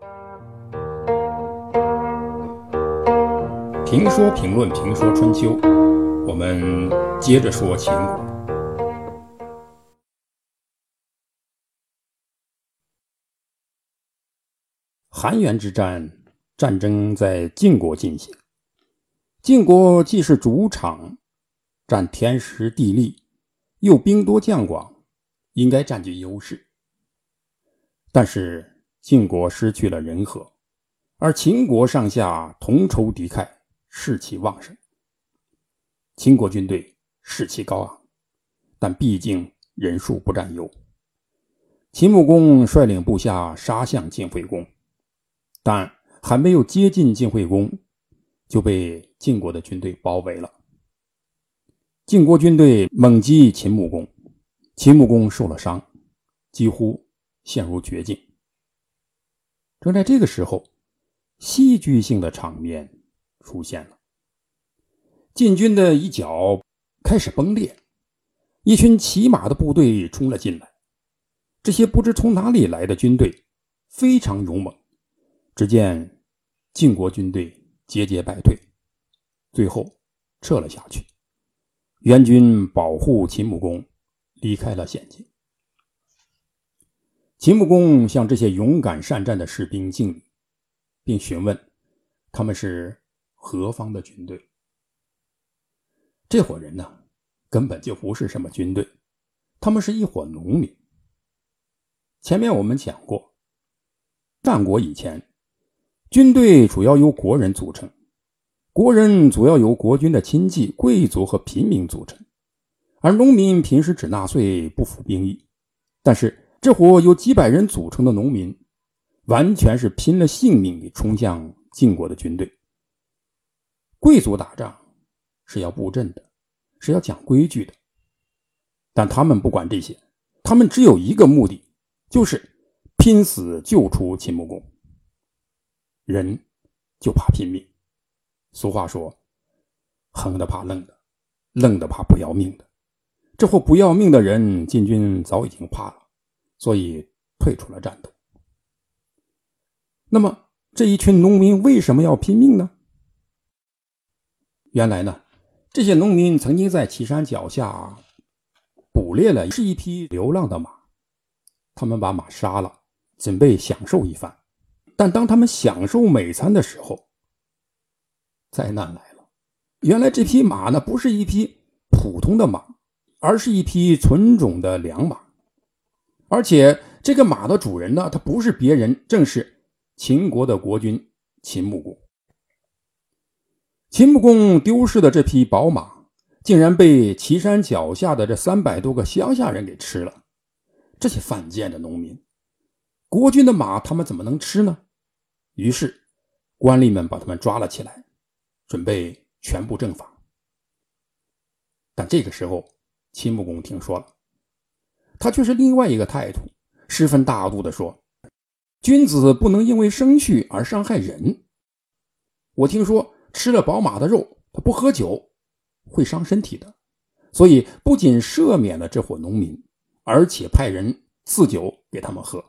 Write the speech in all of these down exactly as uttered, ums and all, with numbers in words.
评说评论评说春秋，我们接着说秦国。韩元之战，战争在晋国进行。晋国既是主场，占天时地利，又兵多将广，应该占据优势。但是晋国失去了人和，而秦国上下同仇敌忾，士气旺盛。秦国军队士气高昂，但毕竟人数不占优。秦穆公率领部下杀向晋惠公，但还没有接近晋惠公，就被晋国的军队包围了。晋国军队猛击秦穆公，秦穆公受了伤，几乎陷入绝境。正在这个时候，戏剧性的场面出现了。晋军的一角开始崩裂，一群骑马的部队冲了进来。这些不知从哪里来的军队非常勇猛，只见晋国军队节节败退，最后撤了下去。援军保护秦穆公离开了险境。秦穆公向这些勇敢善战的士兵敬礼，并询问他们是何方的军队。这伙人呢，根本就不是什么军队，他们是一伙农民。前面我们讲过，战国以前，军队主要由国人组成，国人主要由国君的亲戚、贵族和平民组成，而农民平时只纳税不服兵役。但是这伙由几百人组成的农民完全是拼了性命给冲向晋国的军队。贵族打仗是要布阵的，是要讲规矩的，但他们不管这些，他们只有一个目的，就是拼死救出秦穆公。人就怕拼命，俗话说，横的怕愣的，愣的怕不要命的。这伙不要命的人，晋军早已经怕了，所以退出了战斗。那么这一群农民为什么要拼命呢？原来呢，这些农民曾经在岐山脚下捕猎了是一匹流浪的马，他们把马杀了，准备享受一番。但当他们享受美餐的时候，灾难来了。原来这匹马呢，不是一匹普通的马，而是一匹纯种的良马。而且这个马的主人呢，他不是别人，正是秦国的国君秦穆公。秦穆公丢失的这匹宝马，竟然被岐山脚下的这三百多个乡下人给吃了。这些犯贱的农民，国君的马他们怎么能吃呢？于是官吏们把他们抓了起来，准备全部正法。但这个时候秦穆公听说了，他却是另外一个态度，十分大度地说，君子不能因为生畜而伤害人。我听说吃了宝马的肉，他不喝酒会伤身体的，所以不仅赦免了这伙农民，而且派人赐酒给他们喝。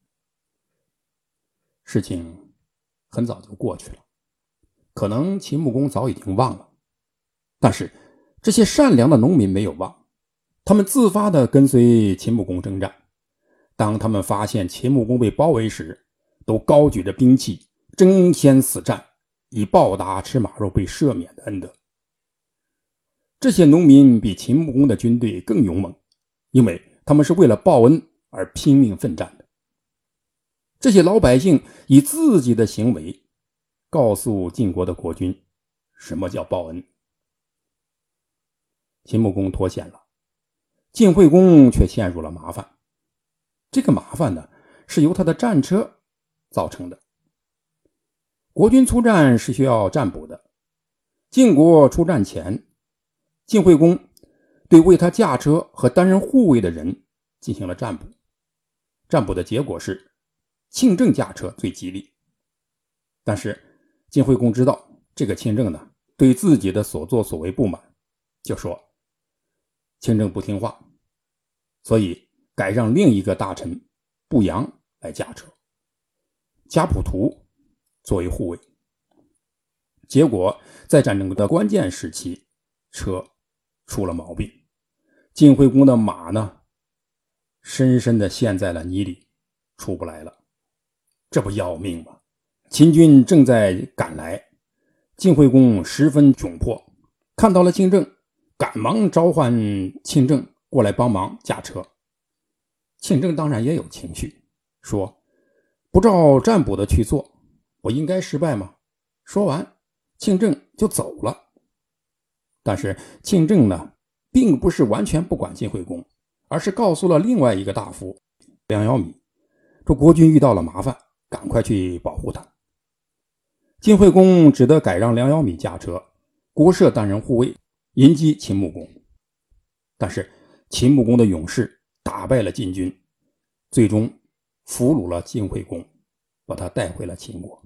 事情很早就过去了，可能秦穆公早已经忘了，但是这些善良的农民没有忘，他们自发地跟随秦穆公征战。当他们发现秦穆公被包围时，都高举着兵器争先死战，以报答吃马肉被赦免的恩德。这些农民比秦穆公的军队更勇猛，因为他们是为了报恩而拼命奋战的。这些老百姓以自己的行为告诉晋国的国君什么叫报恩。秦穆公脱险了，晋惠公却陷入了麻烦。这个麻烦呢，是由他的战车造成的。国军出战是需要占卜的，晋国出战前，晋惠公对为他驾车和担任护卫的人进行了占卜。占卜的结果是庆正驾车最吉利。但是晋惠公知道这个庆正呢，对自己的所作所为不满，就说庆正不听话，所以改让另一个大臣步阳来驾车。 家谱图作为护卫。结果在战争的关键时期，车出了毛病，晋惠公的马呢深深地陷在了泥里，出不来了。这不要命吗？秦军正在赶来，晋惠公十分窘迫，看到了庆政，赶忙召唤庆政过来帮忙驾车。庆政当然也有情绪，说不照占卜的去做，我应该失败吗？说完庆政就走了。但是庆政呢并不是完全不管晋惠公，而是告诉了另外一个大夫梁尧米，说国君遇到了麻烦，赶快去保护他。晋惠公只得改让梁尧米驾车，郭射担任护卫，迎击秦穆公。但是秦穆公的勇士打败了晋军，最终俘虏了晋惠公，把他带回了秦国。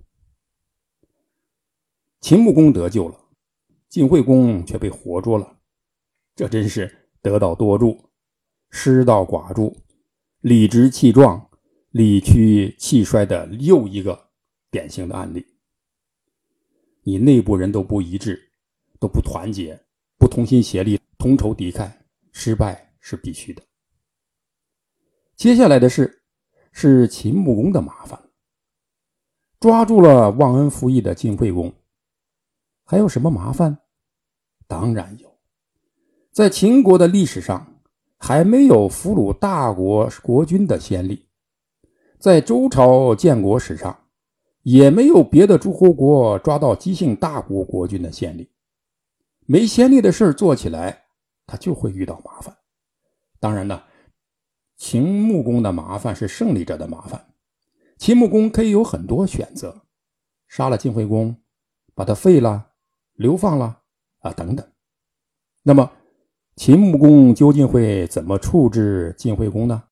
秦穆公得救了，晋惠公却被活捉了。这真是得道多助，失道寡助，理直气壮，理屈气衰的又一个典型的案例。你内部人都不一致，都不团结，不同心协力，同仇敌忾，失败是必须的。接下来的事是秦穆公的麻烦，抓住了忘恩负义的晋惠公。还有什么麻烦？当然有。在秦国的历史上，还没有俘虏大国国君的先例，在周朝建国史上也没有别的诸侯国抓到姬姓大国国君的先例。没先例的事做起来，他就会遇到麻烦。当然呢，秦穆公的麻烦是胜利者的麻烦。秦穆公可以有很多选择，杀了晋惠公，把他废了，流放了啊，等等。那么秦穆公究竟会怎么处置晋惠公呢？